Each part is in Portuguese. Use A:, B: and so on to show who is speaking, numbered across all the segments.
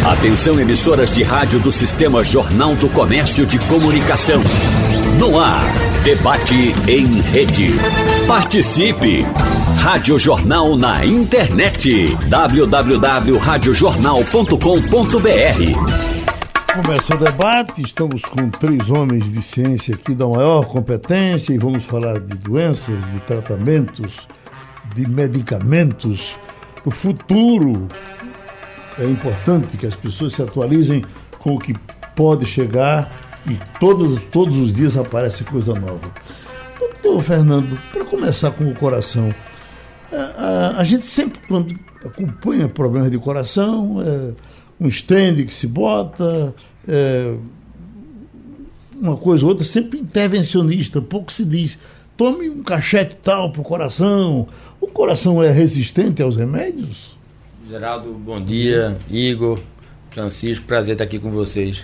A: Atenção, emissoras de rádio do Sistema Jornal do Comércio de Comunicação. No ar, debate em rede. Participe! Rádio Jornal na internet. www.radiojornal.com.br.
B: Começa o debate, estamos com 3 homens de ciência aqui da maior competência e vamos falar de doenças, de tratamentos, de medicamentos, do futuro. É importante que as pessoas se atualizem com o que pode chegar e todos os dias aparece coisa nova. Doutor Fernando, para começar com o coração, a gente sempre, quando acompanha problemas de coração, um estende que se bota, uma coisa ou outra, sempre intervencionista, pouco se diz, tome um cachete tal para o coração. O coração é resistente aos remédios?
C: Geraldo, bom dia. Igor, Francisco, prazer estar aqui com vocês.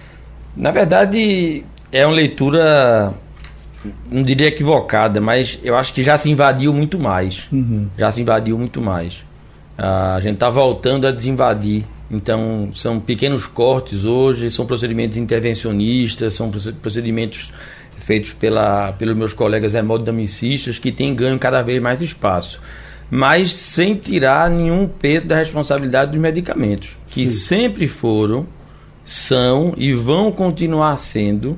C: Na verdade, é uma leitura, não diria equivocada, mas eu acho que já se invadiu muito mais. Já se invadiu muito mais. A gente está voltando a desinvadir. Então, são pequenos cortes hoje, são procedimentos intervencionistas, são procedimentos feitos pelos meus colegas hemodinamicistas que têm ganho cada vez mais espaço, mas sem tirar nenhum peso da responsabilidade dos medicamentos, que sempre foram, são e vão continuar sendo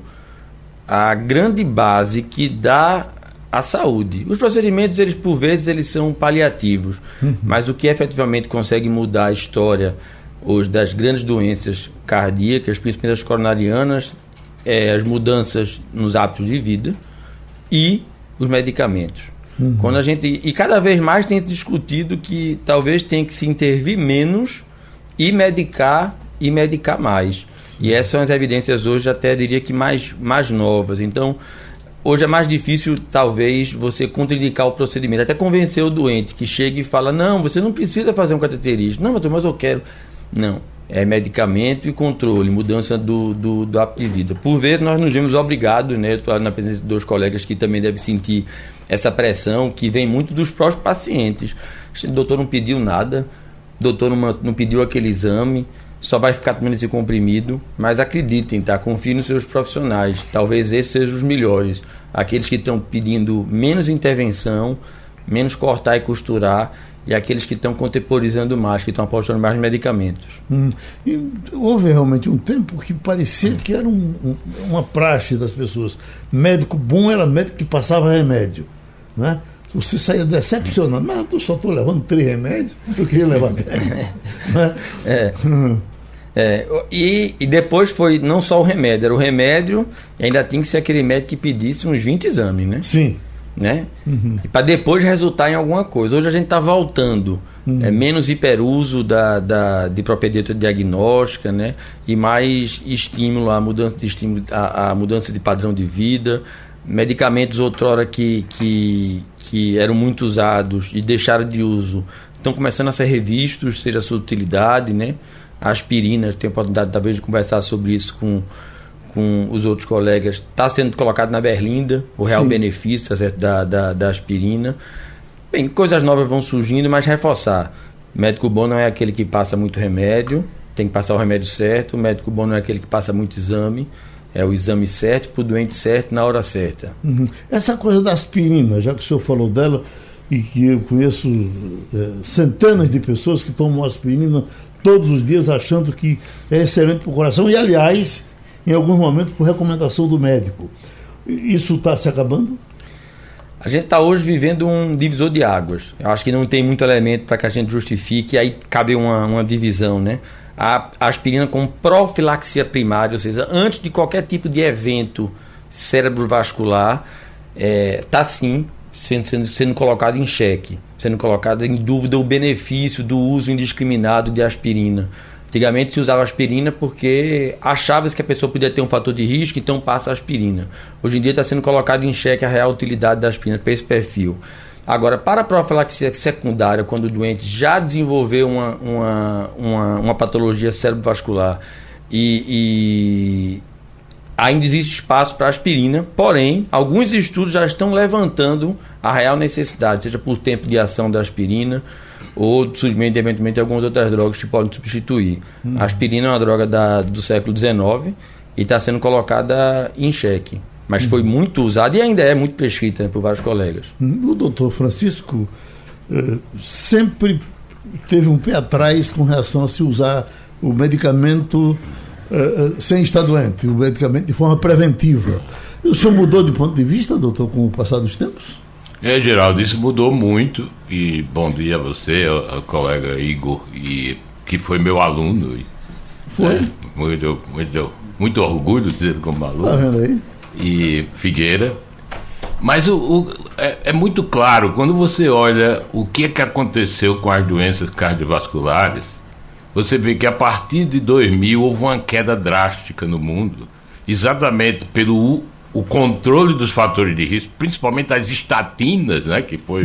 C: a grande base que dá a saúde. Os procedimentos, eles por vezes, eles são paliativos, mas o que efetivamente consegue mudar a história hoje das grandes doenças cardíacas, principalmente as coronarianas, as mudanças nos hábitos de vida e os medicamentos. Quando e cada vez mais tem se discutido que talvez tenha que se intervir menos e medicar mais. E essas são as evidências hoje, até diria que mais novas. Então, hoje é mais difícil, talvez, você contraindicar o procedimento. Até convencer o doente que chega e fala, não, você não precisa fazer um cateterismo. Não, mas eu quero. Não, é medicamento e controle, mudança do hábito de vida. Por vezes nós nos vemos obrigados, né? Estou na presença de 2 colegas que também devem sentir essa pressão que vem muito dos próprios pacientes. O doutor não pediu nada, o doutor não pediu aquele exame, só vai ficar tomando esse comprimido, mas acreditem, tá? Confiem nos seus profissionais, talvez esses sejam os melhores, aqueles que estão pedindo menos intervenção, menos cortar e costurar, e aqueles que estão contemporizando mais, que estão apostando mais nos medicamentos.
B: E houve realmente um tempo que parecia que era uma praxe das pessoas. Médico bom era médico que passava remédio, né? Você saía decepcionado. Mas eu só estou levando 3 remédios, eu queria levar 10. Né?
C: E depois foi não só o remédio, era o remédio, e ainda tinha que ser aquele médico que pedisse uns 20 exames, né?
B: Sim.
C: Né? E para depois resultar em alguma coisa. Hoje a gente está voltando, menos hiperuso de propedêutica diagnóstica, né? E mais estímulo à mudança de estímulo, à mudança de padrão de vida. Medicamentos outrora que eram muito usados e deixaram de uso estão começando a ser revistos, seja a sua utilidade, né? A aspirina, tenho a oportunidade talvez de conversar sobre isso com os outros colegas, está sendo colocado na berlinda o real benefício da aspirina. Bem, coisas novas vão surgindo, mas reforçar, médico bom não é aquele que passa muito remédio, tem que passar o remédio certo. O médico bom não é aquele que passa muito exame, é o exame certo para o doente certo na hora certa.
B: Essa coisa da aspirina, já que o senhor falou dela, e que eu conheço centenas de pessoas que tomam aspirina todos os dias achando que é excelente para o coração e, aliás, em alguns momentos por recomendação do médico. Isso está se acabando?
C: A gente está hoje vivendo um divisor de águas. Eu acho que não tem muito elemento para que a gente justifique, aí cabe uma divisão, né? A aspirina como profilaxia primária, ou seja, antes de qualquer tipo de evento cerebrovascular, está sim sendo colocado em xeque, sendo colocado em dúvida o benefício do uso indiscriminado de aspirina. Antigamente se usava aspirina porque achava-se que a pessoa podia ter um fator de risco, então passa a aspirina. Hoje em dia está sendo colocado em xeque a real utilidade da aspirina para esse perfil. Agora, para a profilaxia secundária, quando o doente já desenvolveu uma patologia cerebrovascular e ainda existe espaço para aspirina, porém, alguns estudos já estão levantando a real necessidade, seja por tempo de ação da aspirina, ou surgimento, eventualmente, de algumas outras drogas que podem substituir. A aspirina é uma droga do século XIX e está sendo colocada em xeque. Mas foi muito usada e ainda é muito prescrita, né, por vários colegas.
B: O doutor Francisco sempre teve um pé atrás com relação a se usar o medicamento sem estar doente, o medicamento de forma preventiva. O senhor mudou de ponto de vista, doutor, com o passar dos tempos?
D: Geraldo, isso mudou muito. E bom dia a você, ao colega Igor, que foi meu aluno.
B: Foi?
D: Muito orgulho de ter como aluno.
B: Está vendo aí?
D: E Figueira. Mas é muito claro, quando você olha o que aconteceu com as doenças cardiovasculares, você vê que a partir de 2000 houve uma queda drástica no mundo, exatamente pelo o controle dos fatores de risco, principalmente as estatinas, né, que foi,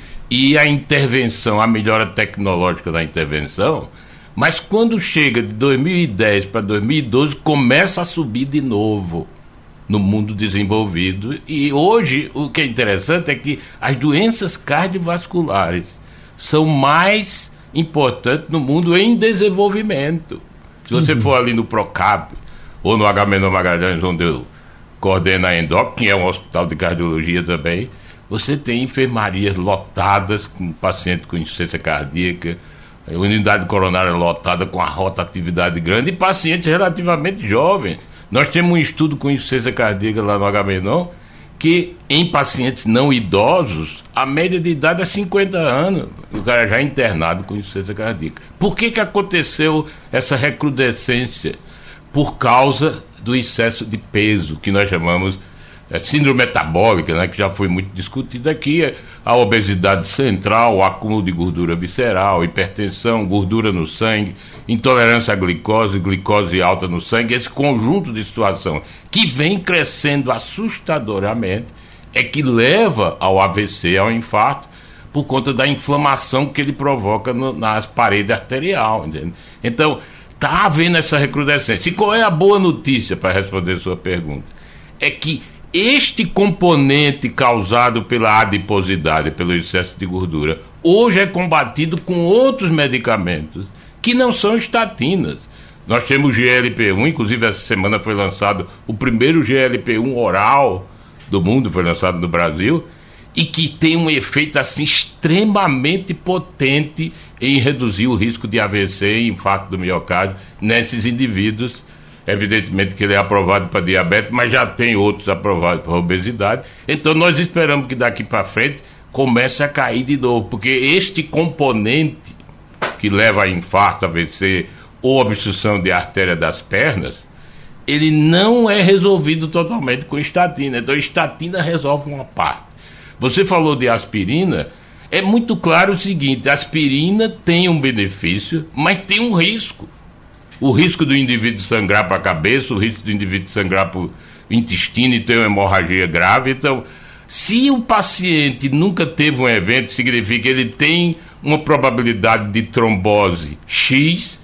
D: e a intervenção, a melhora tecnológica da intervenção. Mas quando chega de 2010 para 2012, começa a subir de novo no mundo desenvolvido. E hoje o que é interessante é que as doenças cardiovasculares são mais importante no mundo em desenvolvimento. Se você for ali no Procap ou no Agamenon Magalhães, onde eu coordeno a Endop, que é um hospital de cardiologia também, você tem enfermarias lotadas com paciente com insuficiência cardíaca, a unidade coronária lotada com a rotatividade grande e pacientes relativamente jovens. Nós temos um estudo com insuficiência cardíaca lá no Agamenon, que em pacientes não idosos, a média de idade é 50 anos. O cara já é internado com insuficiência cardíaca. Por que aconteceu essa recrudescência? Por causa do excesso de peso, que nós chamamos síndrome metabólica, né, que já foi muito discutida aqui, a obesidade central, o acúmulo de gordura visceral, hipertensão, gordura no sangue, intolerância à glicose, glicose alta no sangue, esse conjunto de situação que vem crescendo assustadoramente é que leva ao AVC, ao infarto, por conta da inflamação que ele provoca nas paredes arteriais, entende? Então, está havendo essa recrudescência. E qual é a boa notícia, para responder a sua pergunta? É que este componente causado pela adiposidade, pelo excesso de gordura, hoje é combatido com outros medicamentos que não são estatinas. Nós temos GLP-1, inclusive essa semana foi lançado o primeiro GLP-1 oral do mundo, foi lançado no Brasil, e que tem um efeito assim extremamente potente em reduzir o risco de AVC e infarto do miocárdio nesses indivíduos. Evidentemente que ele é aprovado para diabetes, mas já tem outros aprovados para obesidade. Então nós esperamos que daqui para frente comece a cair de novo, porque este componente que leva a infarto, AVC ou obstrução de artéria das pernas, ele não é resolvido totalmente com estatina. Então estatina resolve uma parte. Você falou de aspirina, é muito claro o seguinte: a aspirina tem um benefício, mas tem um risco. O risco do indivíduo sangrar para a cabeça, o risco do indivíduo sangrar para o intestino e ter uma hemorragia grave. Então, se o paciente nunca teve um evento, significa que ele tem uma probabilidade de trombose X,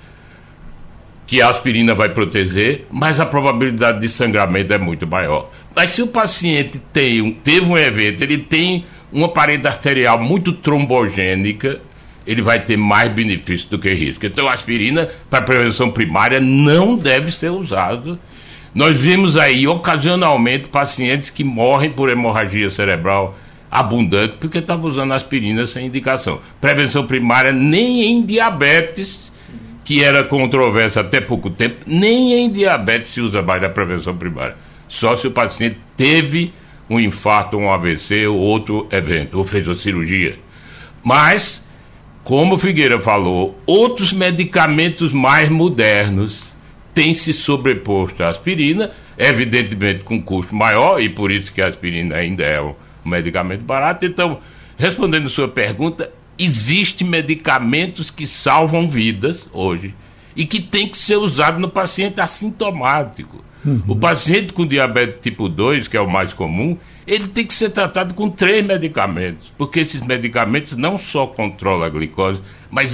D: que a aspirina vai proteger, mas a probabilidade de sangramento é muito maior. Mas se o paciente teve um evento, ele tem uma parede arterial muito trombogênica, ele vai ter mais benefício do que risco. Então a aspirina para prevenção primária não deve ser usado. Nós vimos aí ocasionalmente pacientes que morrem por hemorragia cerebral abundante porque estavam usando aspirina sem indicação. Prevenção primária nem em diabetes, que era controversa até pouco tempo, nem em diabetes se usa mais a prevenção primária. Só se o paciente teve um infarto, um AVC ou outro evento, ou fez uma cirurgia. Mas, como o Figueira falou, outros medicamentos mais modernos têm se sobreposto à aspirina, evidentemente com custo maior, e por isso que a aspirina ainda é um medicamento barato. Então, respondendo a sua pergunta, existem medicamentos que salvam vidas hoje e que tem que ser usado no paciente assintomático. O paciente com diabetes tipo 2, que é o mais comum, ele tem que ser tratado com 3 medicamentos, porque esses medicamentos não só controlam a glicose, mas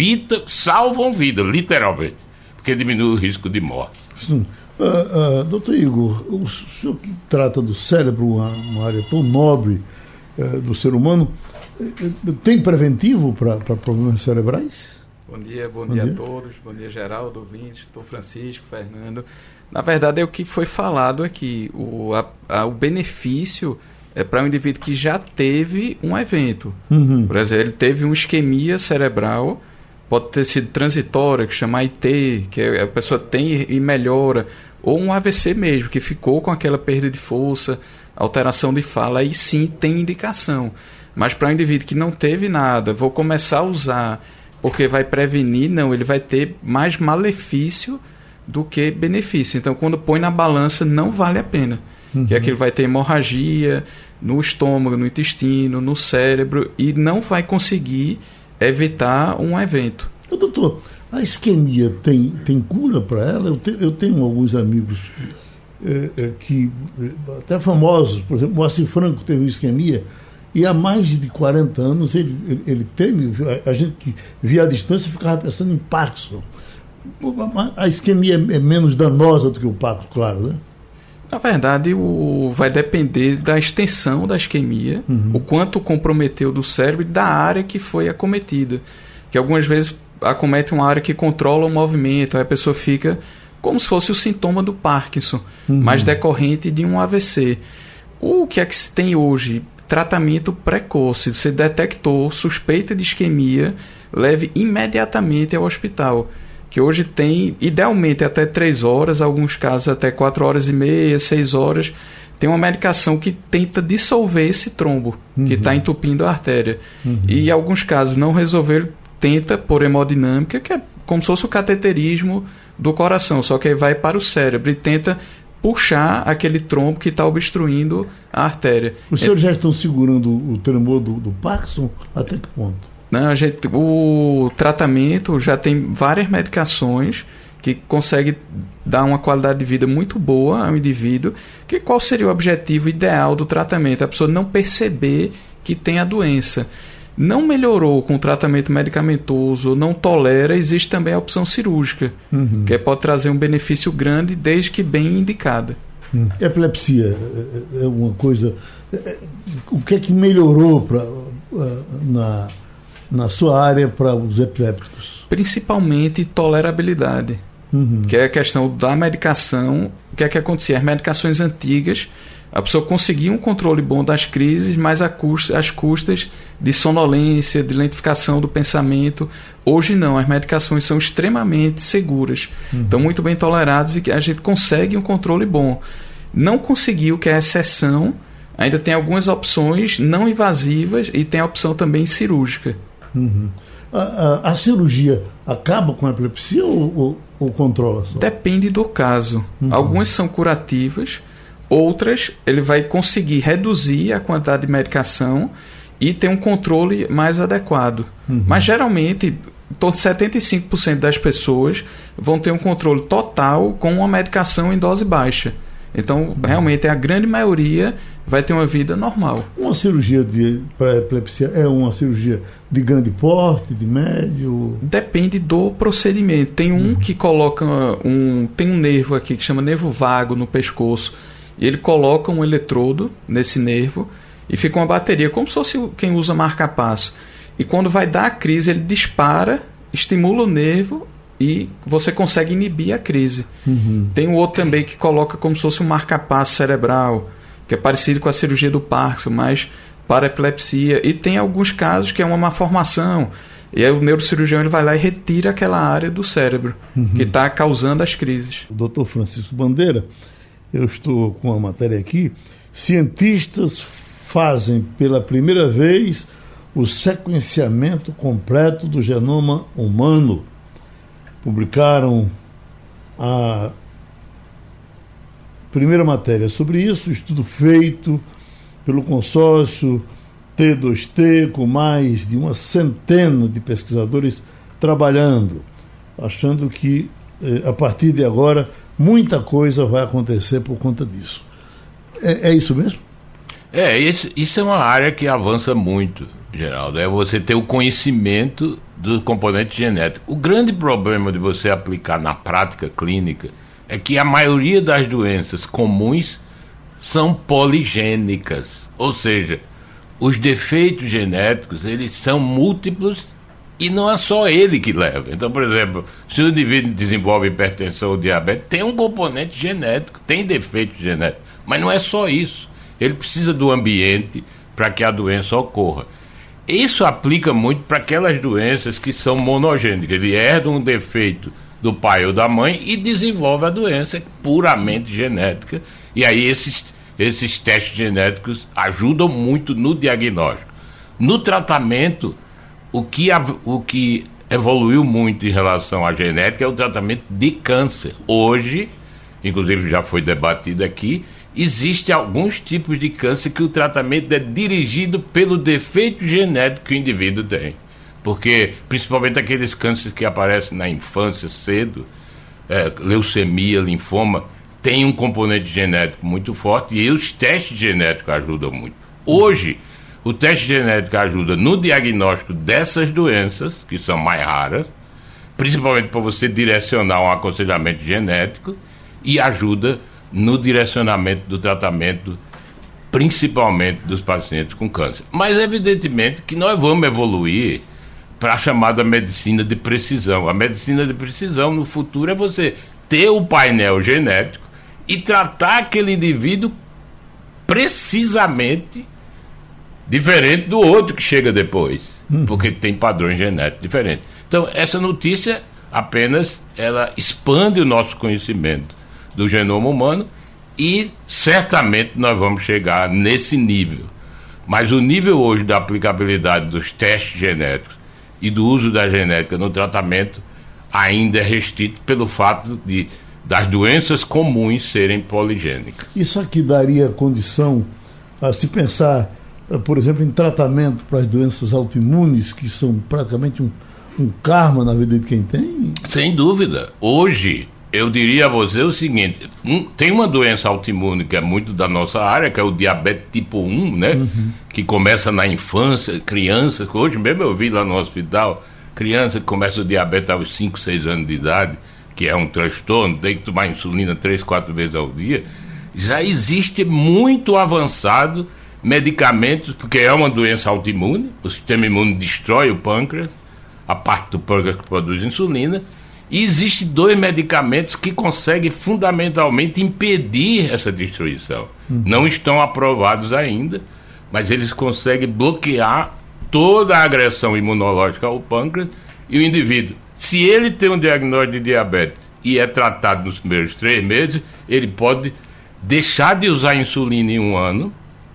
D: salvam vida, literalmente, porque diminui o risco de morte.
B: Sim. Doutor Igor, o senhor que trata do cérebro, uma área tão nobre do ser humano. Tem preventivo para problemas cerebrais?
E: Bom dia a todos, bom dia Geraldo, ouvintes, doutor Francisco, Fernando. Na verdade é o que foi falado aqui, o benefício é para um indivíduo que já teve um evento. Por exemplo, ele teve uma isquemia cerebral, pode ter sido transitória, que chama IT, que a pessoa tem e melhora, ou um AVC mesmo, que ficou com aquela perda de força, alteração de fala, aí sim tem indicação. Mas para um indivíduo que não teve nada, vou começar a usar porque vai prevenir, não, ele vai ter mais malefício do que benefício. Então, quando põe na balança, não vale a pena. Que aquilo vai ter hemorragia no estômago, no intestino, no cérebro, e não vai conseguir evitar um evento.
B: Doutor, a isquemia tem cura para ela? Eu tenho alguns amigos que, até famosos, por exemplo, o Moacir Franco teve isquemia, e há mais de 40 anos ele teve, a gente que via à distância ficava pensando em Parkinson. A isquemia é menos danosa do que o Parkinson, claro, né?
E: Na verdade, vai depender da extensão da isquemia, o quanto comprometeu do cérebro e da área que foi acometida. Que algumas vezes acomete uma área que controla o movimento, aí a pessoa fica como se fosse o sintoma do Parkinson, mas decorrente de um AVC. O que é que se tem hoje? Tratamento precoce. Você detectou suspeita de isquemia, leve imediatamente ao hospital. Que hoje tem, idealmente, até 3 horas, alguns casos até 4 horas e meia, 6 horas, tem uma medicação que tenta dissolver esse trombo, que está entupindo a artéria. E em alguns casos não resolver, tenta por hemodinâmica, que é como se fosse o cateterismo do coração, só que aí vai para o cérebro e tenta puxar aquele trombo que está obstruindo a artéria.
B: Os senhores já estão segurando o tremor do Parkinson? Até que ponto?
E: Não, o tratamento já tem várias medicações que conseguem dar uma qualidade de vida muito boa ao indivíduo. Qual seria o objetivo ideal do tratamento? A pessoa não perceber que tem a doença. Não melhorou com o tratamento medicamentoso, não tolera, existe também a opção cirúrgica, que pode trazer um benefício grande, desde que bem indicada.
B: Epilepsia é uma coisa... O que é que melhorou na sua área para os epilépticos?
E: Principalmente tolerabilidade, que é a questão da medicação. O que é que acontecia? As medicações antigas, a pessoa conseguia um controle bom das crises, mas às custas de sonolência, de lentificação do pensamento. Hoje não, as medicações são extremamente seguras, estão muito bem toleradas e a gente consegue um controle bom. Não conseguiu, que é a exceção, ainda tem algumas opções não invasivas e tem a opção também cirúrgica.
B: A cirurgia acaba com a epilepsia ou controla só?
E: Depende do caso. Algumas são curativas, outras ele vai conseguir reduzir a quantidade de medicação e ter um controle mais adequado. Mas geralmente, em torno de 75% das pessoas vão ter um controle total com uma medicação em dose baixa. Então, realmente, a grande maioria vai ter uma vida normal.
B: Uma cirurgia para epilepsia é uma cirurgia de grande porte, de médio?
E: Depende do procedimento. Tem um que coloca tem um nervo aqui que chama nervo vago no pescoço. E ele coloca um eletrodo nesse nervo e fica uma bateria, como se fosse quem usa marca-passo. E quando vai dar a crise, ele dispara, estimula o nervo e você consegue inibir a crise. Tem um outro também que coloca como se fosse um marca-passo cerebral, que é parecido com a cirurgia do Parkinson, mas para epilepsia. E tem alguns casos que é uma malformação, e aí o neurocirurgião ele vai lá e retira aquela área do cérebro que está causando as crises.
B: O Dr. Francisco Bandeira, eu estou com a matéria aqui. Cientistas fazem pela primeira vez o sequenciamento completo do genoma humano. Publicaram a primeira matéria sobre isso, estudo feito pelo consórcio T2T, com mais de 100 de pesquisadores trabalhando, achando que a partir de agora muita coisa vai acontecer por conta disso. É isso mesmo?
D: Isso é uma área que avança muito, Geraldo. É você ter o conhecimento do componente genético. O grande problema de você aplicar na prática clínica é que a maioria das doenças comuns são poligênicas. Ou seja, os defeitos genéticos, eles são múltiplos e não é só ele que leva. Então, por exemplo, se o indivíduo desenvolve hipertensão ou diabetes, tem um componente genético, tem defeito genético, mas não é só isso. Ele precisa do ambiente para que a doença ocorra. Isso aplica muito para aquelas doenças que são monogênicas. Ele herda um defeito do pai ou da mãe e desenvolve a doença puramente genética. E aí esses testes genéticos ajudam muito no diagnóstico. No tratamento, o que evoluiu muito em relação à genética é o tratamento de câncer. Hoje, inclusive já foi debatido aqui, existem alguns tipos de câncer que o tratamento é dirigido pelo defeito genético que o indivíduo tem. Porque, principalmente aqueles cânceres que aparecem na infância cedo, leucemia, linfoma, tem um componente genético muito forte e os testes genéticos ajudam muito. Hoje, o teste genético ajuda no diagnóstico dessas doenças, que são mais raras, principalmente para você direcionar um aconselhamento genético, e ajuda no direcionamento do tratamento, principalmente dos pacientes com câncer. Mas, evidentemente, que nós vamos evoluir para a chamada medicina de precisão. A medicina de precisão, no futuro, é você ter o painel genético e tratar aquele indivíduo precisamente diferente do outro que chega depois, porque tem padrões genéticos diferentes. Então, essa notícia apenas ela expande o nosso conhecimento do genoma humano e certamente nós vamos chegar nesse nível. Mas o nível hoje da aplicabilidade dos testes genéticos e do uso da genética no tratamento ainda é restrito pelo fato das doenças comuns serem poligênicas.
B: Isso aqui daria condição a se pensar, por exemplo, em tratamento para as doenças autoimunes, que são praticamente um karma na vida de quem tem?
D: Sem dúvida. Hoje, eu diria a você o seguinte, tem uma doença autoimune que é muito da nossa área, que é o diabetes tipo 1, né? Que começa na infância, crianças, hoje mesmo eu vi lá no hospital, criança que começa o diabetes aos 5, 6 anos de idade, que é um transtorno, tem que tomar insulina 3, 4 vezes ao dia. Já existe muito avançado medicamentos, porque é uma doença autoimune, o sistema imune destrói o pâncreas, a parte do pâncreas que produz insulina, e existem 2 medicamentos que conseguem fundamentalmente impedir essa destruição. Não estão aprovados ainda, mas eles conseguem bloquear toda a agressão imunológica ao pâncreas, e o indivíduo, se ele tem um diagnóstico de diabetes e é tratado nos primeiros 3 meses, ele pode deixar de usar insulina em 1 ano,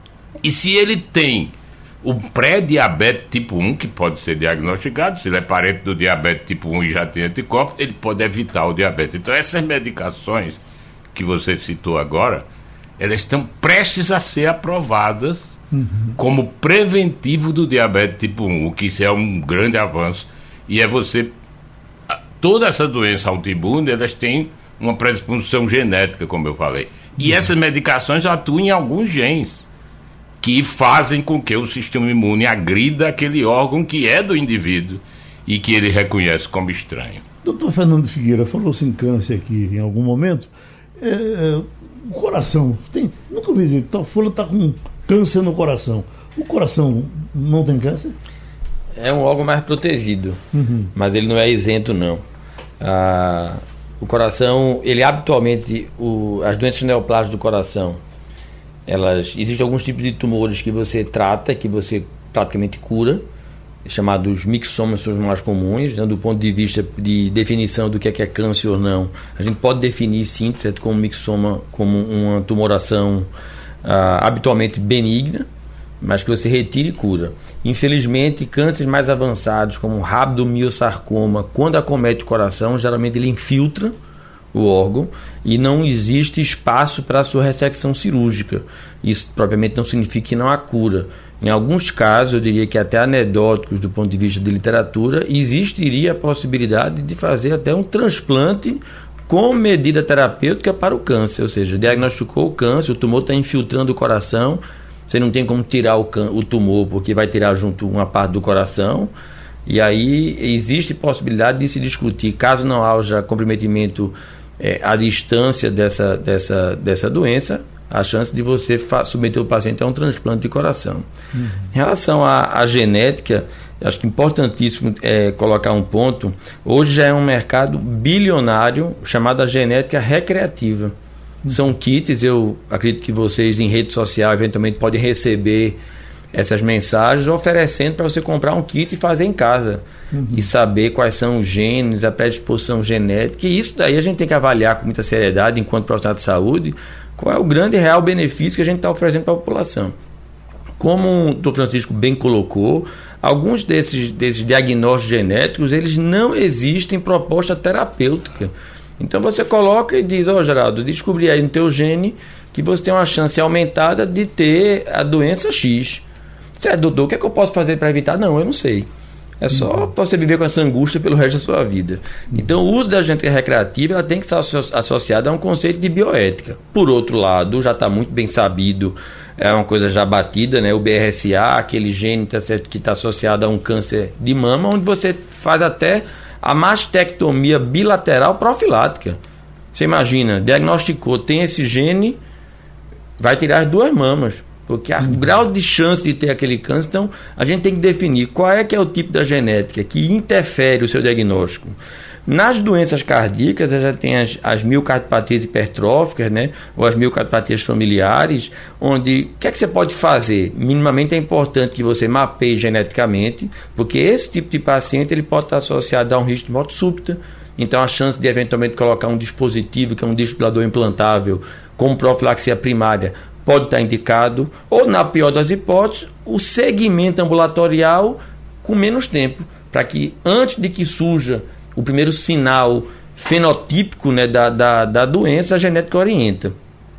D: e se ele tem o pré-diabetes tipo 1, que pode ser diagnosticado, se ele é parente do diabetes tipo 1 e já tem anticorpos, ele pode evitar o diabetes. Então, essas medicações que você citou agora, elas estão prestes a ser aprovadas como preventivo do diabetes tipo 1, o que é um grande avanço. E é você... Toda essa doença autoimune, elas têm uma predisposição genética, como eu falei. E essas medicações atuam em alguns genes que fazem com que o sistema imune agrida aquele órgão que é do indivíduo e que ele reconhece como estranho.
B: Doutor Fernando Figueira, falou-se em câncer aqui em algum momento. O coração, nunca vi dizer, fulano está com câncer no coração. O coração não tem câncer?
C: É um órgão mais protegido, mas ele não é isento, não. O coração, ele habitualmente, as doenças neoplásicas do coração, existem alguns tipos de tumores que você trata, que você praticamente cura, chamados mixomas, são os mais comuns, né, do ponto de vista de definição do que é câncer ou não. A gente pode definir, sim, certo, como mixoma, como uma tumoração habitualmente benigna, mas que você retira e cura. Infelizmente, cânceres mais avançados, como rabdomiosarcoma, quando acomete o coração, geralmente ele infiltra o órgão e não existe espaço para a sua ressecção cirúrgica. Isso propriamente não significa que não há cura. Em alguns casos, eu diria que até anedóticos do ponto de vista de literatura, existiria a possibilidade de fazer até um transplante com medida terapêutica para o câncer, ou seja, diagnosticou o câncer, o tumor está infiltrando o coração, você não tem como tirar o tumor, porque vai tirar junto uma parte do coração, e aí existe possibilidade de se discutir, caso não haja comprometimento à distância dessa doença, a chance de você submeter o paciente a um transplante de coração. Em relação à genética, acho que é importantíssimo colocar um ponto. Hoje já é um mercado bilionário chamado a genética recreativa. São kits, eu acredito que vocês em rede social eventualmente podem receber essas mensagens oferecendo para você comprar um kit e fazer em casa. E saber quais são os genes, a predisposição genética. E isso daí a gente tem que avaliar com muita seriedade enquanto profissional de saúde, qual é o grande e real benefício que a gente está oferecendo para a população. Como o Dr. Francisco bem colocou, alguns desses diagnósticos genéticos, eles não existem proposta terapêutica. Então você coloca e diz, Geraldo, descobri aí no teu gene que você tem uma chance aumentada de ter a doença X. Certo, doutor, o que é que eu posso fazer para evitar? Não, eu não sei. É só você viver com essa angústia pelo resto da sua vida. Então, o uso da genética recreativa ela tem que estar associada a um conceito de bioética. Por outro lado, já está muito bem sabido, é uma coisa já batida, né? O BRCA, aquele gene que está associado a um câncer de mama, onde você faz até a mastectomia bilateral profilática. Você imagina, diagnosticou, tem esse gene, vai tirar as 2 mamas. Porque o grau de chance de ter aquele câncer, então a gente tem que definir qual é que é o tipo da genética que interfere o seu diagnóstico. Nas doenças cardíacas, já tem as miocardiopatias hipertróficas, né, ou as miocardiopatias familiares, onde o que é que você pode fazer? Minimamente é importante que você mapeie geneticamente, porque esse tipo de paciente ele pode estar associado a um risco de morte súbita. Então a chance de eventualmente colocar um dispositivo, que é um desfibrilador implantável, como profilaxia primária, pode estar indicado, ou na pior das hipóteses, o segmento ambulatorial com menos tempo, para que antes de que surja o primeiro sinal fenotípico, né, da doença, a genética orienta.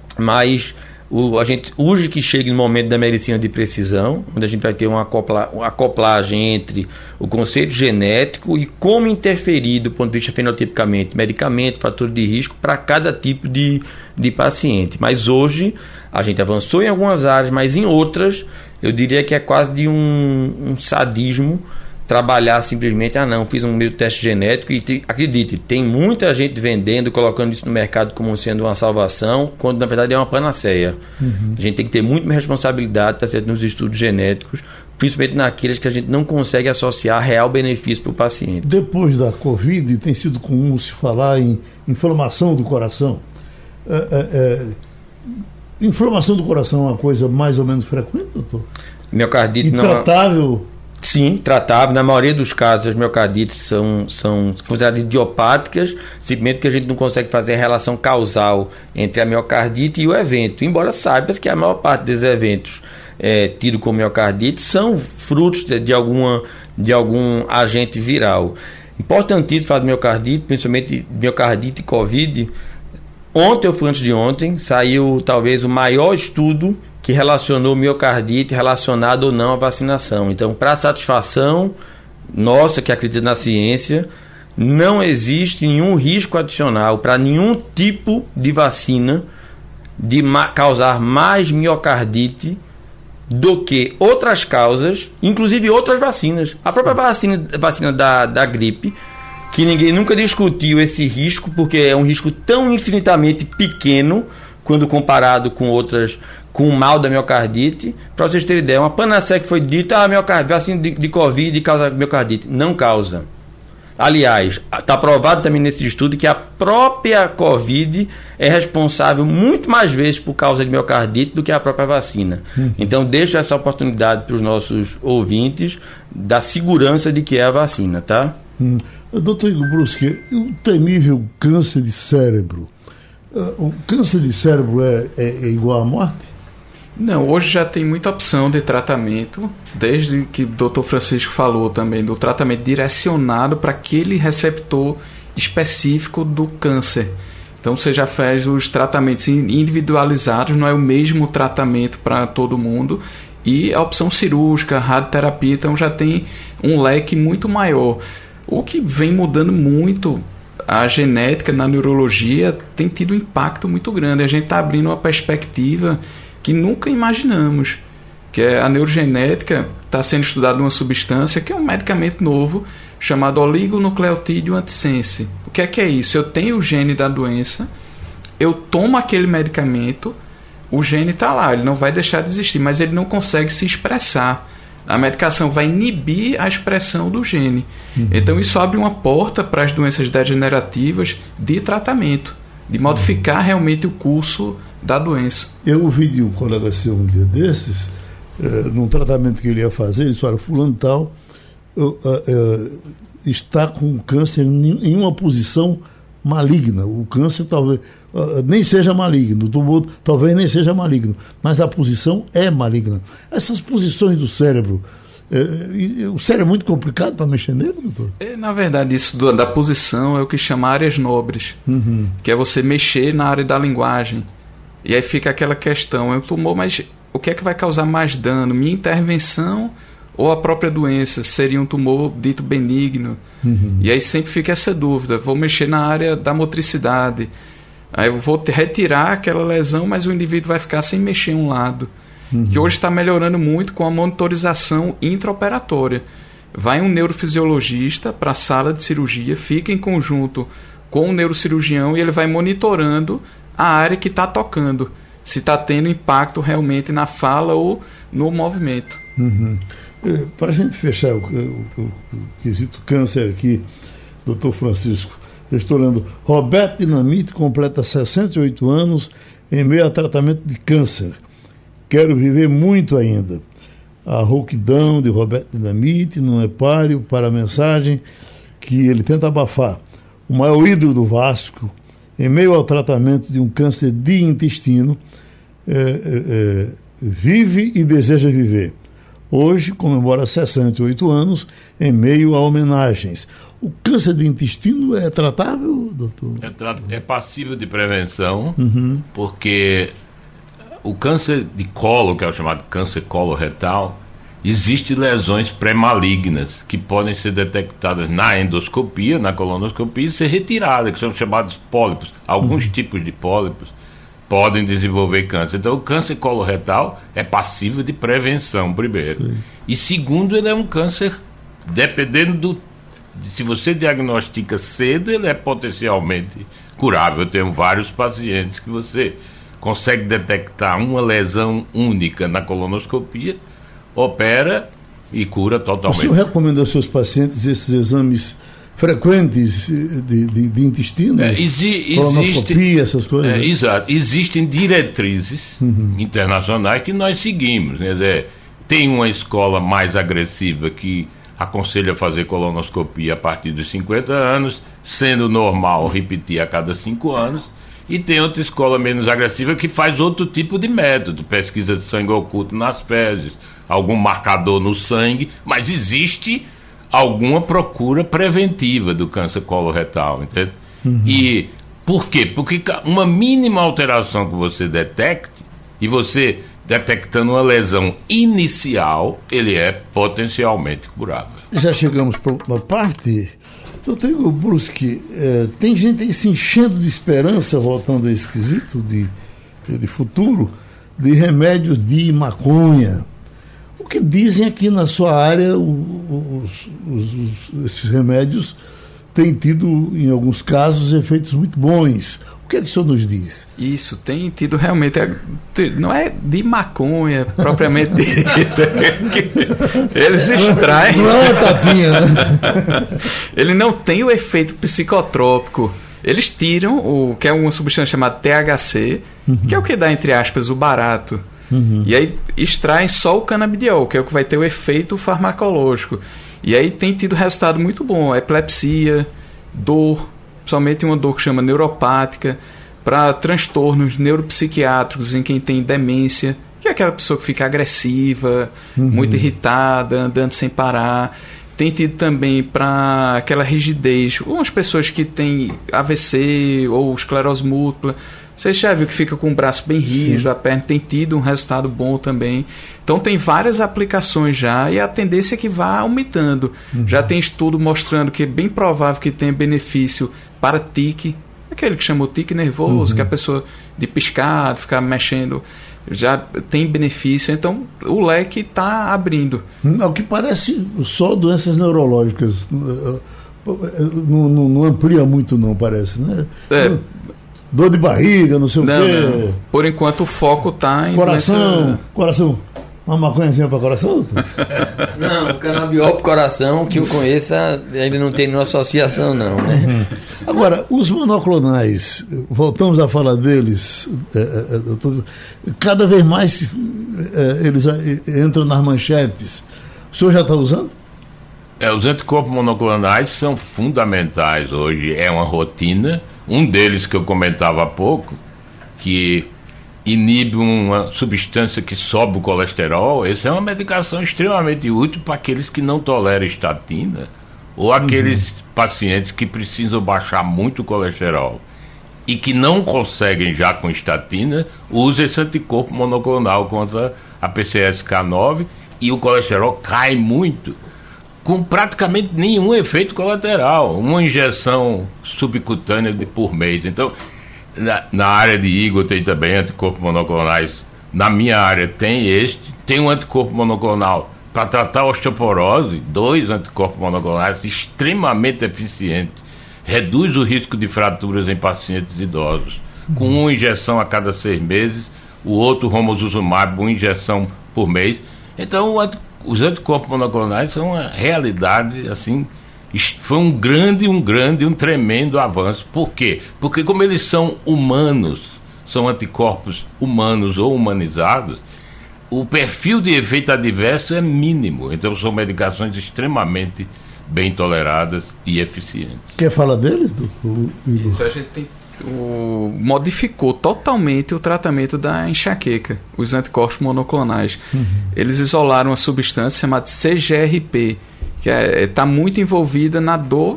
C: Mas a gente urge que chegue no momento da medicina de precisão, onde a gente vai ter uma acoplagem entre o conceito genético e como interferir do ponto de vista fenotipicamente, medicamento, fator de risco para cada tipo de paciente. Mas hoje a gente avançou em algumas áreas, mas em outras eu diria que é quase de um sadismo trabalhar simplesmente, fiz um meio teste genético e acredite, tem muita gente vendendo, colocando isso no mercado como sendo uma salvação, quando na verdade é uma panaceia. A gente tem que ter muito mais responsabilidade, tá certo, nos estudos genéticos, principalmente naqueles que a gente não consegue associar real benefício para o paciente.
B: Depois da Covid, tem sido comum se falar em inflamação do coração. Inflamação do coração é uma coisa mais ou menos frequente, doutor?
C: Miocardite
B: intratável?
C: Sim, tratável. Na maioria dos casos, as miocardites são consideradas idiopáticas, simplesmente porque a gente não consegue fazer a relação causal entre a miocardite e o evento. Embora saiba que a maior parte desses eventos tidos como miocardite são frutos de algum agente viral. Importantíssimo falar de miocardite, principalmente miocardite e Covid. Ontem ou foi antes de ontem, saiu talvez o maior estudo que relacionou miocardite relacionado ou não à vacinação. Então, para satisfação nossa, que acredita na ciência, não existe nenhum risco adicional para nenhum tipo de vacina de causar mais miocardite do que outras causas, inclusive outras vacinas. A própria vacina da gripe, que ninguém nunca discutiu esse risco, porque é um risco tão infinitamente pequeno quando comparado com outras, com o mal da miocardite. Para vocês terem ideia, uma panaceia que foi dita, vacina de Covid causa miocardite. Não causa. Aliás, está provado também nesse estudo que a própria Covid é responsável muito mais vezes por causa de miocardite do que a própria vacina. Então, deixo essa oportunidade para os nossos ouvintes da segurança de que é a vacina, tá?
B: Doutor Igor Bruschi, o temível câncer de cérebro, o câncer de cérebro é igual à morte?
E: Não, hoje já tem muita opção de tratamento, desde que o Dr. Francisco falou também do tratamento direcionado para aquele receptor específico do câncer. Então você já faz os tratamentos individualizados, não é o mesmo tratamento para todo mundo, e a opção cirúrgica, radioterapia, então já tem um leque muito maior. O que vem mudando muito, a genética na neurologia tem tido um impacto muito grande. A gente está abrindo uma perspectiva que nunca imaginamos, que é a neurogenética. Está sendo estudada uma substância que é um medicamento novo chamado oligonucleotídeo antissense. O que é isso? Eu tenho o gene da doença, eu tomo aquele medicamento, o gene está lá, ele não vai deixar de existir, mas ele não consegue se expressar. A medicação vai inibir a expressão do gene. Então isso abre uma porta para as doenças degenerativas de tratamento, de modificar realmente o curso da doença.
B: Eu ouvi de um colega seu um dia desses, num tratamento que ele ia fazer, ele disse, olha, fulano tal está com câncer em uma posição maligna. O câncer talvez nem seja maligno, o tumor talvez nem seja maligno, mas a posição é maligna. Essas posições do cérebro, o cérebro é muito complicado para mexer nele, doutor?
E: Na verdade, isso da posição é o que chama áreas nobres, que é você mexer na área da linguagem. E aí fica aquela questão, é um tumor, mas o que é que vai causar mais dano? Minha intervenção ou a própria doença? Seria um tumor dito benigno? E aí sempre fica essa dúvida, vou mexer na área da motricidade, aí eu vou retirar aquela lesão, mas o indivíduo vai ficar sem mexer um lado. Que hoje está melhorando muito com a monitorização intraoperatória. Vai um neurofisiologista para a sala de cirurgia, fica em conjunto com o neurocirurgião e ele vai monitorando a área que está tocando, se está tendo impacto realmente na fala ou no movimento.
B: Para a gente fechar o quesito câncer aqui, doutor Francisco, eu estou lendo, Roberto Dinamite completa 68 anos em meio a tratamento de câncer. Quero viver muito ainda. A rouquidão de Roberto Dinamite não é páreo para a mensagem que ele tenta abafar. O maior ídolo do Vasco, em meio ao tratamento de um câncer de intestino, vive e deseja viver. Hoje comemora 68 anos em meio a homenagens. O câncer de intestino é tratável, doutor?
D: É passível de prevenção, porque o câncer de colo, que é o chamado câncer coloretal, existem lesões pré-malignas que podem ser detectadas na endoscopia, na colonoscopia, e ser retiradas, que são chamados pólipos. Alguns tipos de pólipos podem desenvolver câncer. Então, o câncer coloretal é passível de prevenção, primeiro. Sim. E segundo, ele é um câncer, dependendo se você diagnostica cedo, ele é potencialmente curável. Eu tenho vários pacientes que você consegue detectar uma lesão única na colonoscopia, opera e cura totalmente.
B: O senhor recomenda aos seus pacientes esses exames frequentes de intestino? Colonoscopia, essas coisas?
D: Exato. Existem diretrizes internacionais que nós seguimos. Quer dizer, tem uma escola mais agressiva que aconselha fazer colonoscopia a partir dos 50 anos, sendo normal repetir a cada 5 anos. E tem outra escola menos agressiva que faz outro tipo de método, pesquisa de sangue oculto nas fezes, algum marcador no sangue, mas existe alguma procura preventiva do câncer coloretal, entende? E por quê? Porque uma mínima alteração que você detecte, e você detectando uma lesão inicial, ele é potencialmente curável.
B: Já chegamos para uma parte. Doutor Igor Bruschi, tem gente aí se enchendo de esperança, voltando a esse quesito de futuro, de remédios de maconha. O que dizem aqui na sua área, esses remédios têm tido, em alguns casos, efeitos muito bons. O que é que o senhor nos diz?
E: Isso, tem tido realmente, não é de maconha propriamente dita, eles extraem.
B: Não é uma tapinha, né?
E: Ele não tem o efeito psicotrópico. Eles tiram o que é uma substância chamada THC, que é o que dá, entre aspas, o barato. E aí extraem só o canabidiol, que é o que vai ter o efeito farmacológico. E aí tem tido resultado muito bom. Epilepsia, dor, somente uma dor que chama neuropática, para transtornos neuropsiquiátricos em quem tem demência, que é aquela pessoa que fica agressiva, muito irritada, andando sem parar. Tem tido também para aquela rigidez, ou as pessoas que têm AVC ou esclerose múltipla. Você já viu que fica com o braço bem rígido, sim, a perna, tem tido um resultado bom também. Então tem várias aplicações já e a tendência é que vá aumentando. Já tem estudo mostrando que é bem provável que tenha benefício para tique, aquele que chamou tique nervoso, que a pessoa de piscar, de ficar mexendo, já tem benefício. Então o leque está abrindo.
B: O que parece só doenças neurológicas. Não amplia muito não, parece, né? dor de barriga, não sei o quê.
E: Não. Por enquanto o foco está em
B: coração. Uma maconhazinha para coração?
C: Não, o canabiol para coração, que eu conheça, ainda não tem nenhuma associação, não, né?
B: Agora, os monoclonais, voltamos a falar deles, doutor, cada vez mais eles entram nas manchetes. O senhor já está usando?
D: Os anticorpos monoclonais são fundamentais hoje, é uma rotina. Um deles que eu comentava há pouco, que inibe uma substância que sobe o colesterol, essa é uma medicação extremamente útil para aqueles que não toleram estatina ou aqueles pacientes que precisam baixar muito o colesterol e que não conseguem já com estatina, usa esse anticorpo monoclonal contra a PCSK9 e o colesterol cai muito, com praticamente nenhum efeito colateral, uma injeção subcutânea por mês. Então, na área de Igor tem também anticorpos monoclonais. Na minha área tem um anticorpo monoclonal para tratar a osteoporose, 2 anticorpos monoclonais extremamente eficientes, reduz o risco de fraturas em pacientes idosos, com uma injeção a cada 6 meses, o outro romosozumab, uma injeção por mês. Então os anticorpos monoclonais são uma realidade assim. Foi um tremendo avanço. Por quê? Porque como eles são humanos, são anticorpos humanos ou humanizados, o perfil de efeito adverso é mínimo. Então são medicações extremamente bem toleradas e eficientes.
B: Quer falar deles, doutor?
E: Isso, a gente modificou totalmente o tratamento da enxaqueca, os anticorpos monoclonais. Eles isolaram uma substância chamada CGRP, que está muito envolvida na dor,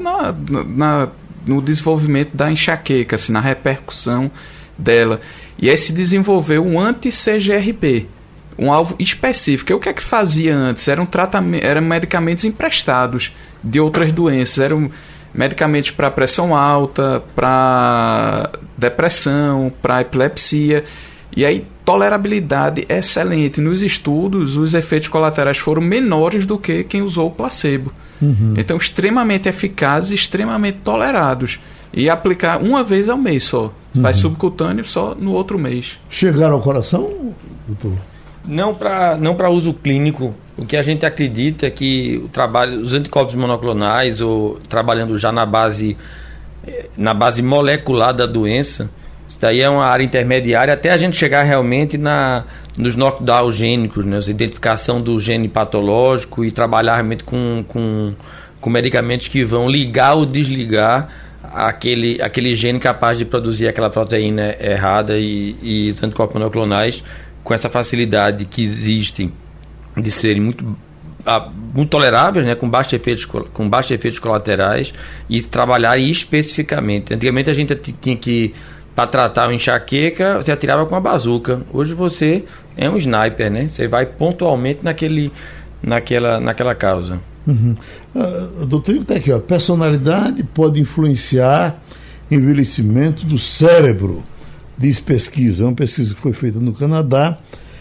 E: no desenvolvimento da enxaqueca, assim, na repercussão dela. E aí se desenvolveu um anti-CGRP, um alvo específico. E o que é que fazia antes? Eram medicamentos emprestados de outras doenças, eram medicamentos para pressão alta, para depressão, para epilepsia. E aí, tolerabilidade excelente. Nos estudos, os efeitos colaterais foram menores do que quem usou o placebo. Então, extremamente eficazes e extremamente tolerados. E aplicar uma vez ao mês só. Faz subcutâneo só no outro mês.
B: Chegaram ao coração, doutor?
C: Não para uso clínico. O que a gente acredita é que os anticorpos monoclonais, ou trabalhando já na base molecular da doença, isso daí é uma área intermediária até a gente chegar realmente nos knockdown gênicos, né? A identificação do gene patológico e trabalhar realmente com medicamentos que vão ligar ou desligar aquele gene capaz de produzir aquela proteína errada, e os anticorpos monoclonais, com essa facilidade que existem de serem muito toleráveis, né, com baixos efeitos colaterais, e trabalhar especificamente. Antigamente a gente tinha que, para tratar uma enxaqueca, você atirava com uma bazuca. Hoje você é um sniper, né? Você vai pontualmente naquela causa.
B: Doutor, está aqui, ó. Personalidade pode influenciar envelhecimento do cérebro, diz pesquisa. É uma pesquisa que foi feita no Canadá.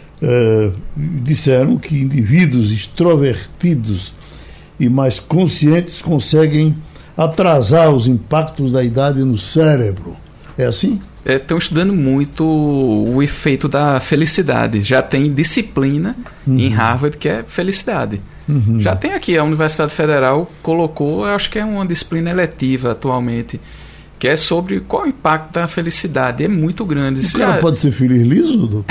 B: Disseram que indivíduos extrovertidos e mais conscientes conseguem atrasar os impactos da idade no cérebro. É assim?
E: Estão estudando muito o efeito da felicidade. Já tem disciplina em Harvard que é felicidade. Já tem aqui, a Universidade Federal colocou, eu acho que é uma disciplina eletiva atualmente, que é sobre qual o impacto da felicidade. É muito grande.
B: O cara pode ser feliz liso, doutor?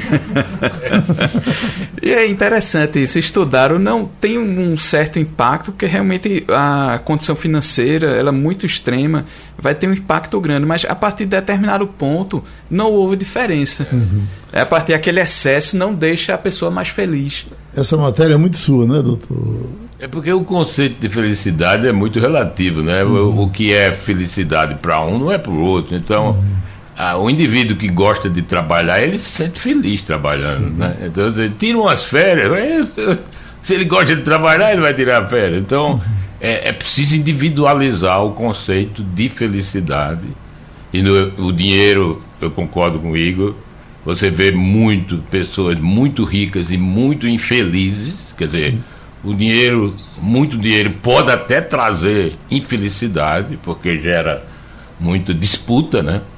E: E é interessante isso. Estudaram, não tem um certo impacto, porque realmente a condição financeira ela é muito extrema, vai ter um impacto grande, mas a partir de determinado ponto não houve diferença. A partir daquele excesso não deixa a pessoa mais feliz.
B: Essa matéria é muito sua, né, doutor?
D: É porque o conceito de felicidade é muito relativo, né? O que é felicidade para um não é para o outro. Então, o indivíduo que gosta de trabalhar, ele se sente feliz trabalhando, né? Então, ele tira umas férias. Se ele gosta de trabalhar, ele vai tirar férias. Então, é preciso individualizar o conceito de felicidade. E o dinheiro, eu concordo com o Igor, você vê pessoas muito ricas e muito infelizes, quer dizer... muito dinheiro pode até trazer infelicidade, porque gera muita disputa, né?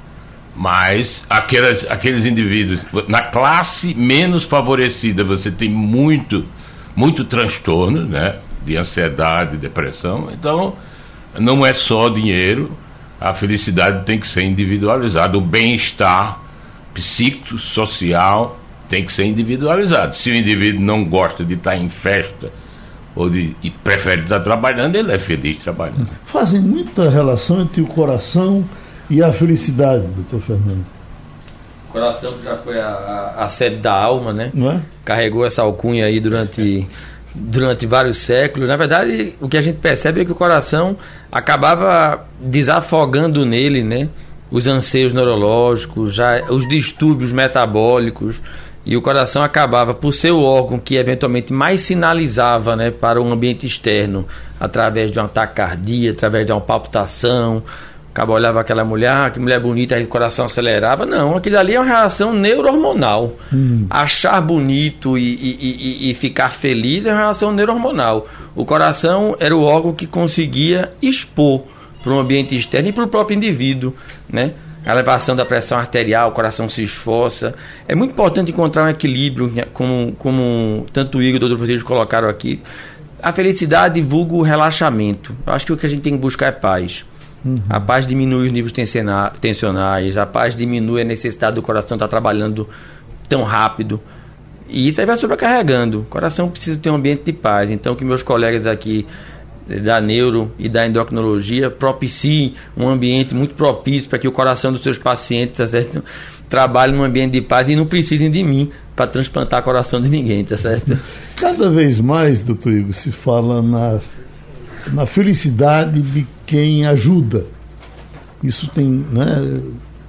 D: Mas aqueles indivíduos, na classe menos favorecida, você tem muito transtorno, né? De ansiedade, depressão. Então, não é só dinheiro, a felicidade tem que ser individualizada, o bem-estar psicossocial tem que ser individualizado. Se o indivíduo não gosta de estar em festa e prefere estar trabalhando, ele é feliz trabalhando.
B: Fazem muita relação entre o coração e a felicidade, doutor Fernando.
C: O coração já foi a sede da alma, né?
B: Não é?
C: Carregou essa alcunha aí durante vários séculos. Na verdade, o que a gente percebe é que o coração acabava desafogando nele, né, os anseios neurológicos, os distúrbios metabólicos, e o coração acabava, por ser o órgão que eventualmente mais sinalizava, né, para o ambiente externo, através de uma taquicardia, através de uma palpitação. Acaba olhava aquela mulher, que mulher bonita, aí o coração acelerava. Não, aquilo ali é uma reação neurohormonal. Achar bonito e ficar feliz é uma reação neurohormonal. O coração era o órgão que conseguia expor para o ambiente externo e para o próprio indivíduo, né? A elevação da pressão arterial, o coração se esforça. É muito importante encontrar um equilíbrio, como tanto o Igor e o doutor Francisco colocaram aqui. A felicidade vulga o relaxamento. Eu acho que o que a gente tem que buscar é paz. A paz diminui os níveis tensionais, a paz diminui a necessidade do coração estar trabalhando tão rápido, e isso aí vai sobrecarregando. O coração precisa ter um ambiente de paz. Então, que meus colegas aqui da neuro e da endocrinologia propiciem um ambiente muito propício para que o coração dos seus pacientes, tá certo, trabalhe num ambiente de paz e não precisem de mim para transplantar coração de ninguém, tá certo? Cada vez mais, doutor Igor, se fala na felicidade de quem ajuda. Isso tem, né,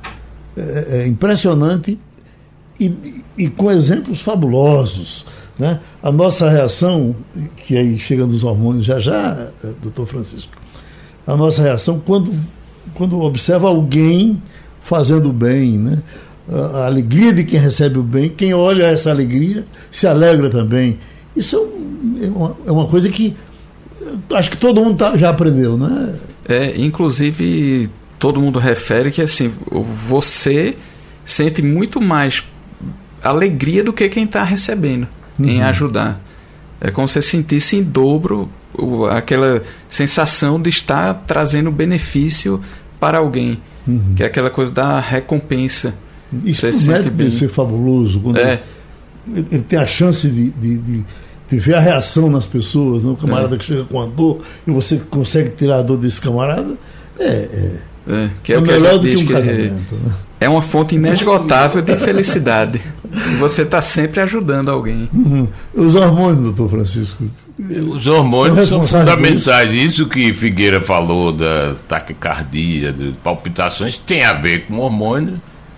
C: é impressionante e com exemplos fabulosos, né? A nossa reação, que aí chega nos hormônios já, doutor Francisco, a nossa reação quando observa alguém fazendo bem, né? A alegria de quem recebe o bem, quem olha essa alegria se alegra também. Isso é uma coisa que acho que todo mundo já aprendeu, né?
E: Inclusive todo mundo refere que assim, você sente muito mais alegria do que quem está recebendo em ajudar. É como se você sentisse em dobro aquela sensação de estar trazendo benefício para alguém, que é aquela coisa da recompensa.
B: Isso o médico deve ser fabuloso quando ele tem a chance de ver a reação nas pessoas, né? O camarada que chega com a dor e você consegue tirar a dor desse camarada,
E: que é o melhor do que um casamento, né? É uma fonte inesgotável de felicidade. Você está sempre ajudando alguém.
B: Os hormônios, doutor Francisco?
D: Os hormônios são fundamentais. Isso que Figueira falou da taquicardia, de palpitações, tem a ver com o hormônio.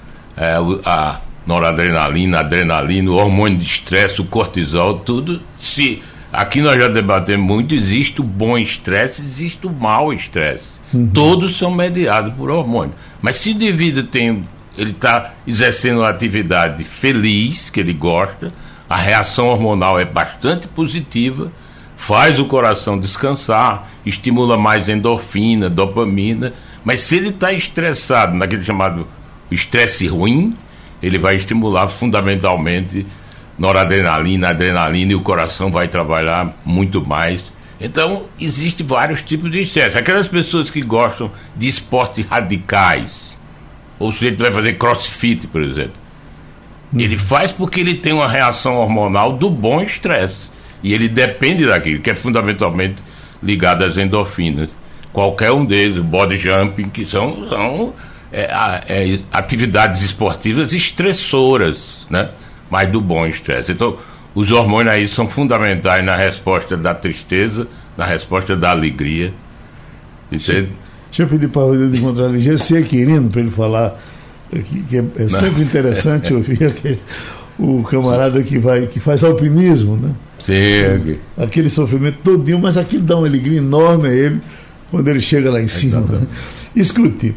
D: A noradrenalina, a adrenalina, o hormônio de estresse, o cortisol, tudo. Aqui nós já debatemos muito, existe o bom estresse, existe o mau estresse. Todos são mediados por hormônio. Mas se o indivíduo ele está exercendo uma atividade feliz, que ele gosta, a reação hormonal é bastante positiva, faz o coração descansar, estimula mais endorfina, dopamina. Mas se ele está estressado, naquele chamado estresse ruim, ele vai estimular fundamentalmente noradrenalina, adrenalina, e o coração vai trabalhar muito mais. Então, existem vários tipos de estresse. Aquelas pessoas que gostam de esportes radicais, ou se ele vai fazer crossfit, por exemplo, ele faz porque ele tem uma reação hormonal do bom estresse. E ele depende daquilo, que é fundamentalmente ligado às endorfinas. Qualquer um deles, o body jumping, que são atividades esportivas estressoras, né? Mas do bom estresse. Então, os hormônios aí são fundamentais na resposta da tristeza, na resposta da alegria.
B: Deixa eu pedir para o encontrar o Gessie Quirino para ele falar, que é sempre interessante ouvir o camarada que faz alpinismo, né?
D: Sim.
B: Aquele sofrimento todinho, mas aquilo dá uma alegria enorme a ele quando ele chega lá em cima. Né? Escute,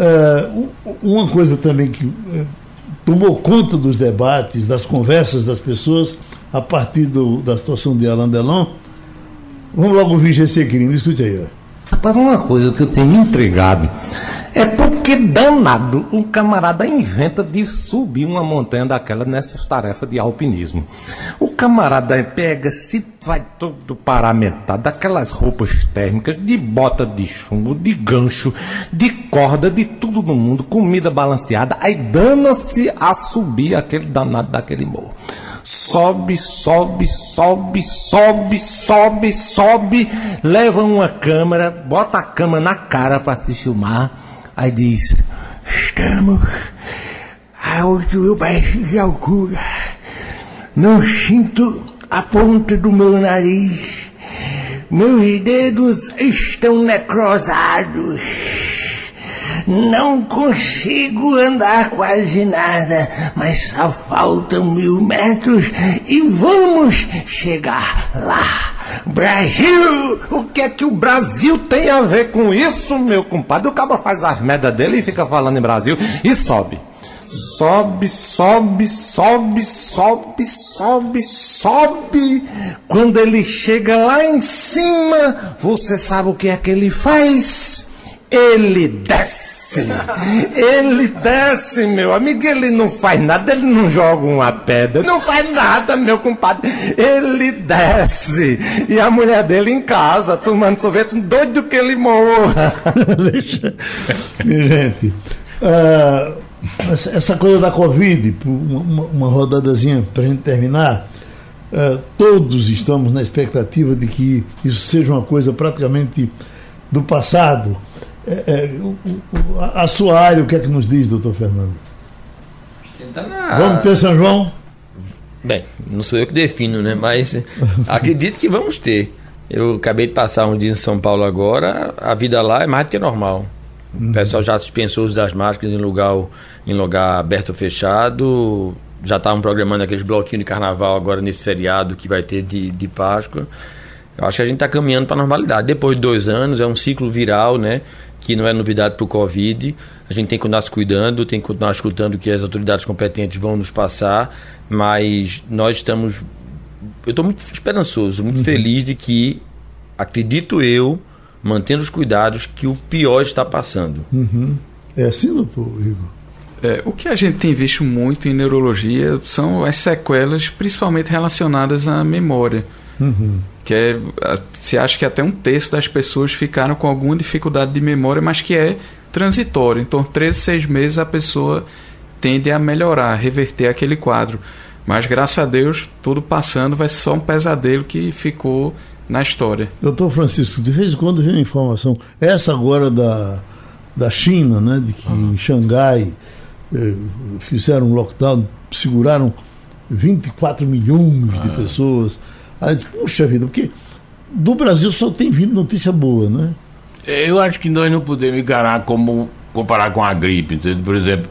B: uma coisa também que tomou conta dos debates, das conversas das pessoas a partir da situação de Alain Delon. Vamos logo ouvir Gessie Quirino, escute aí.
F: Rapaz, uma coisa que eu tenho me entregado É porque danado o camarada inventa de subir uma montanha daquela nessas tarefas de alpinismo. O camarada pega, se vai todo paramentado, daquelas roupas térmicas, de bota de chumbo, de gancho, de corda, de tudo no mundo, comida balanceada, aí dana-se a subir aquele danado daquele morro. Sobe, sobe, sobe, sobe, sobe, sobe, leva uma câmera, bota a câmera na cara para se filmar. Aí diz: estamos a 8.000 metros de altura. Não sinto a ponta do meu nariz. Meus dedos estão necrosados. Não consigo andar quase nada, mas só faltam 1.000 metros e vamos chegar lá. Brasil! O que é que o Brasil tem a ver com isso, meu compadre? O cabra faz as merda dele e fica falando em Brasil e sobe. Sobe, sobe, sobe, sobe, sobe, sobe. Quando ele chega lá em cima, você sabe o que é que ele faz? Ele desce. Ele desce, meu amigo. Ele não faz nada, ele não joga uma pedra, não faz nada, meu compadre. Ele desce. E a mulher dele em casa, tomando sorvete, doido que ele morra.
B: Minha gente, essa coisa da Covid, uma rodadazinha para a gente terminar. Todos estamos na expectativa de que isso seja uma coisa praticamente do passado. A sua área, o que é que nos diz, doutor Fernando? Vamos ter São João?
C: Bem, não sou eu que defino, né? Mas acredito que vamos ter. Eu acabei de passar um dia em São Paulo agora, a vida lá é mais do que normal. O pessoal já dispensou o uso das máscaras em lugar aberto ou fechado. Já estavam programando aqueles bloquinhos de carnaval agora nesse feriado que vai ter de Páscoa. Eu acho que a gente está caminhando para a normalidade. Depois de 2 anos, é um ciclo viral, né? Que não é novidade para o Covid. A gente tem que continuar se cuidando, tem que continuar escutando o que as autoridades competentes vão nos passar, mas nós estamos... Eu estou muito esperançoso, muito feliz de que, acredito eu, mantendo os cuidados, que o pior está passando.
B: É assim, doutor Igor?
E: O que a gente tem visto muito em neurologia são as sequelas, principalmente relacionadas à memória. Que se acha que até 1/3 das pessoas ficaram com alguma dificuldade de memória, mas que é transitório. Então, 3, 6 meses a pessoa tende a melhorar, a reverter aquele quadro. Mas, graças a Deus, tudo passando, vai ser só um pesadelo que ficou na história.
B: Doutor Francisco, de vez em quando vem uma informação, essa agora da China, né, de que em Xangai fizeram um lockdown, seguraram 24 milhões de pessoas. Aí, puxa vida, porque do Brasil só tem vindo notícia boa, né?
D: Eu acho que nós não podemos encarar como comparar com a gripe, entendeu? Por exemplo,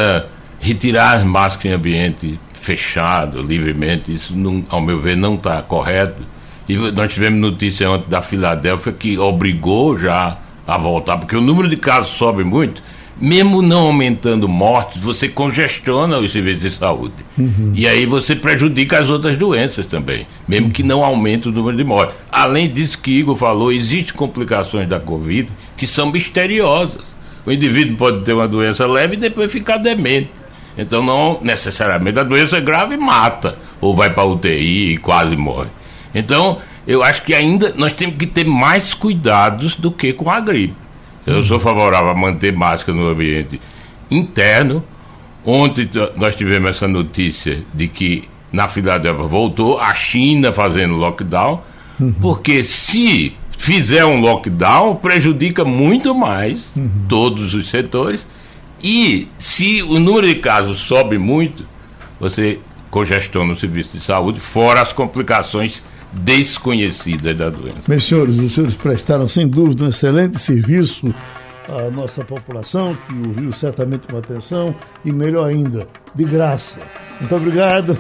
D: retirar as máscaras em ambiente fechado, livremente, isso, não, ao meu ver, não está correto. E nós tivemos notícia ontem da Filadélfia que obrigou já a voltar, porque o número de casos sobe muito. Mesmo não aumentando mortes, você congestiona os serviços de saúde. E aí você prejudica as outras doenças também, mesmo que não aumente o número de mortes. Além disso que Igor falou, existem complicações da Covid que são misteriosas. O indivíduo pode ter uma doença leve e depois ficar demente. Então não necessariamente a doença grave mata, ou vai para a UTI e quase morre. Então eu acho que ainda nós temos que ter mais cuidados do que com a gripe. Eu sou favorável a manter máscara no ambiente interno. Ontem nós tivemos essa notícia de que na Filadélfia voltou, a China fazendo lockdown, porque se fizer um lockdown, prejudica muito mais todos os setores, e se o número de casos sobe muito, você congestiona o serviço de saúde, fora as complicações desconhecidas da doença.
B: Meus senhores, os senhores prestaram sem dúvida um excelente serviço à nossa população, que ouviu certamente com atenção e, melhor ainda, de graça. Muito obrigado.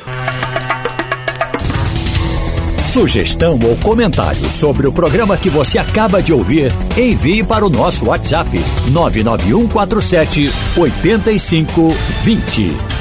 A: Sugestão ou comentário sobre o programa que você acaba de ouvir, envie para o nosso WhatsApp 99147 8520.